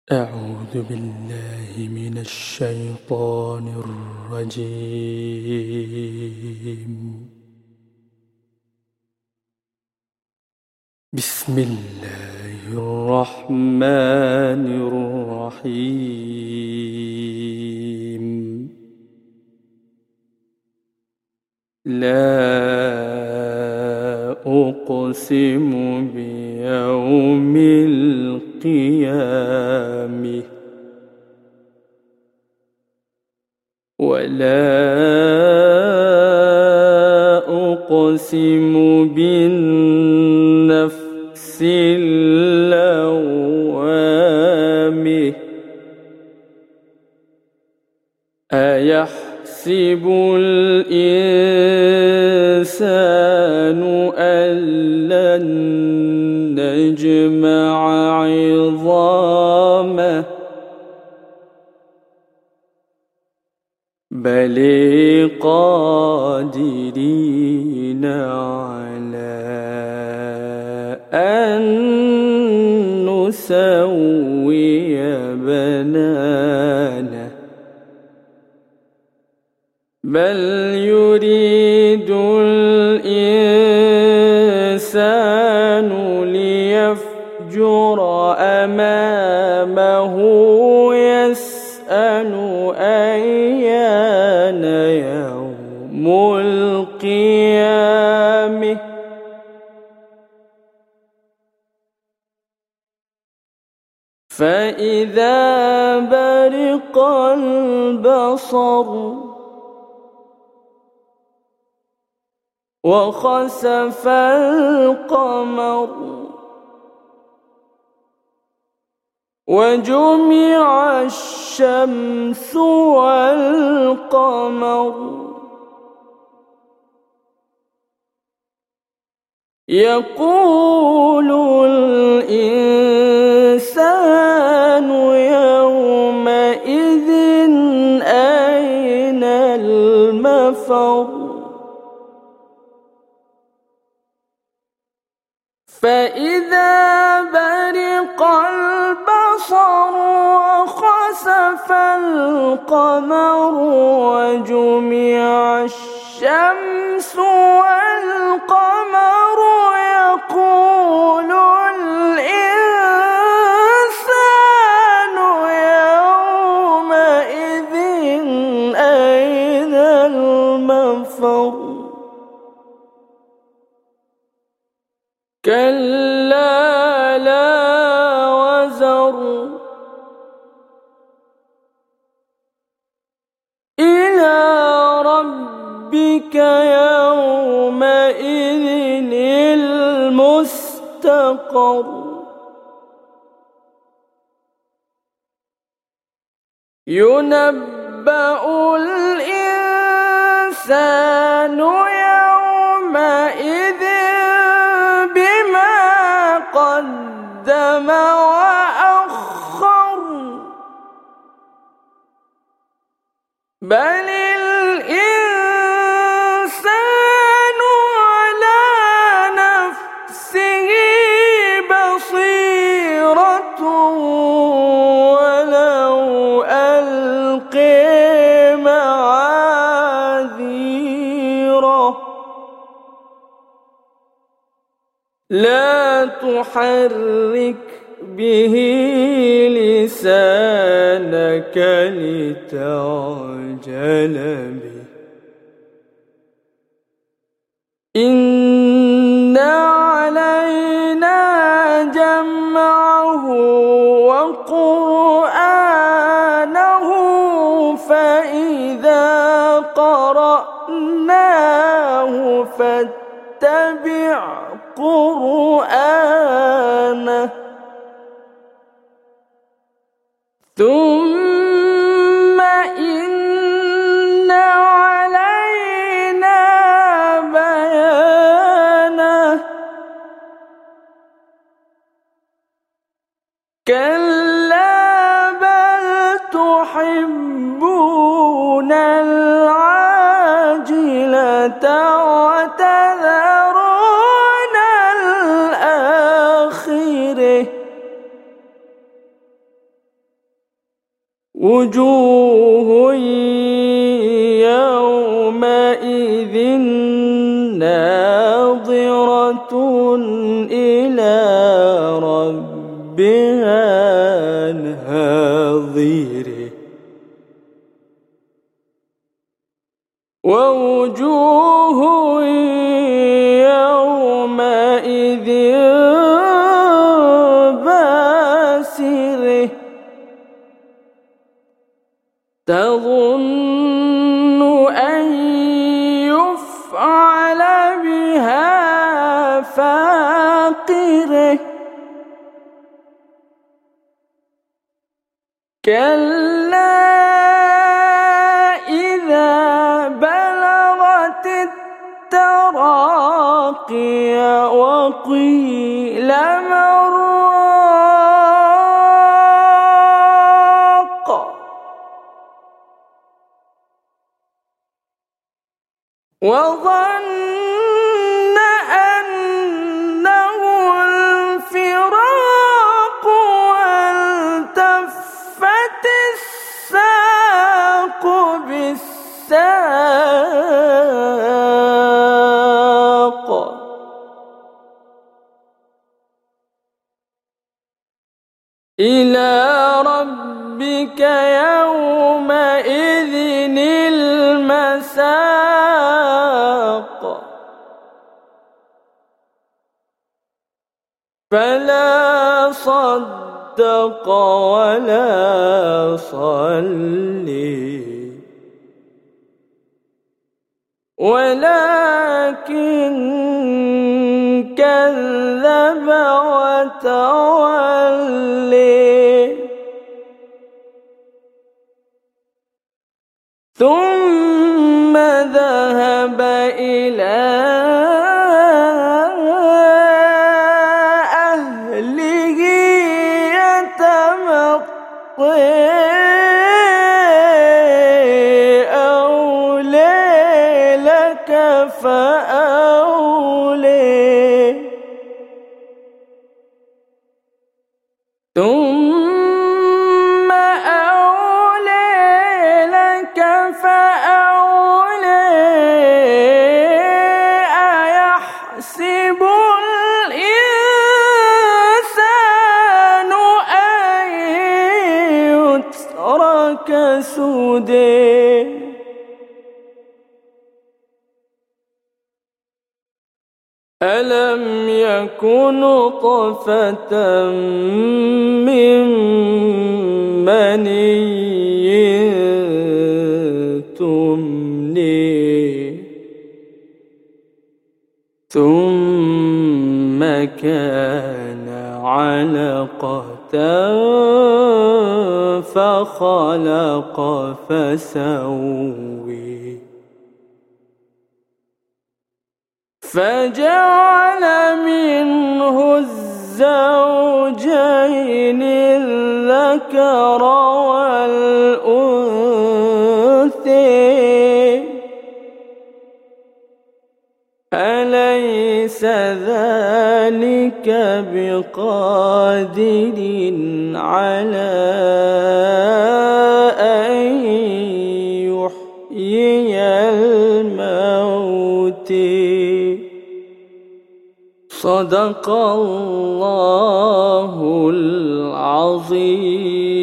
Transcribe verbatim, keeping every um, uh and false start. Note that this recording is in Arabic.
أعوذ بالله من الشيطان الرجيم. بسم الله الرحمن الرحيم. لا أقسم بيوم القيامة ولا أقسم بالنفس اللوامة أيحسب الإنسان أن لن نجمع عظامه بل قادرين على أن نسوي بنانه بل يريد الإنسان ليفجر أمامه يسأل أيان يوم القيامة فإذا برق البصر وخسف القمر وجمع الشمس والقمر يقول الإنسان يومئذ أين المفر فإذا برق البصر وخسف القمر وجمع الشمس والقمر يقول الإنسان يومئذ أين المفر كلا لا وزر إلى ربك يومئذ المستقر ينبأ الإنسان يومئذ قدم وأخر بل الإنسان على نفسه بصيرة ولو ألقي معاذيره لا تحرك به لسانك لتعجل به إن علينا جمعه وقرآنه فإذا قرأناه فاتبع قرآنه ثم إن علينا بيانه كلا بل تحبون العاجلة وتذرون وجوه يومئذ ناظرة إلى ربها ناظرة ووجوه يومئذ باسرة تظن أن يفعل بها فاقرة كلا إذا بلغت التراقي وقيل من راق وظن أنه الفراق والتفت الساق بالساق إلى ربك يومئذ المساق فلا صدق ولا صلي ولكن كذب وتولي ثم ذهب إلى أهله يتمطى أولى لك فأولى ثم أولى لك فأولى أيحسب الإنسان أن يترك سدى ألم يكن نطفة من مني تمني ثم كان علقة فخلق فسوي فجعل منه الزوجين الذكر والأنثى أليس ذلك بقادر على أن يحيي الموتى صدق الله العظيم.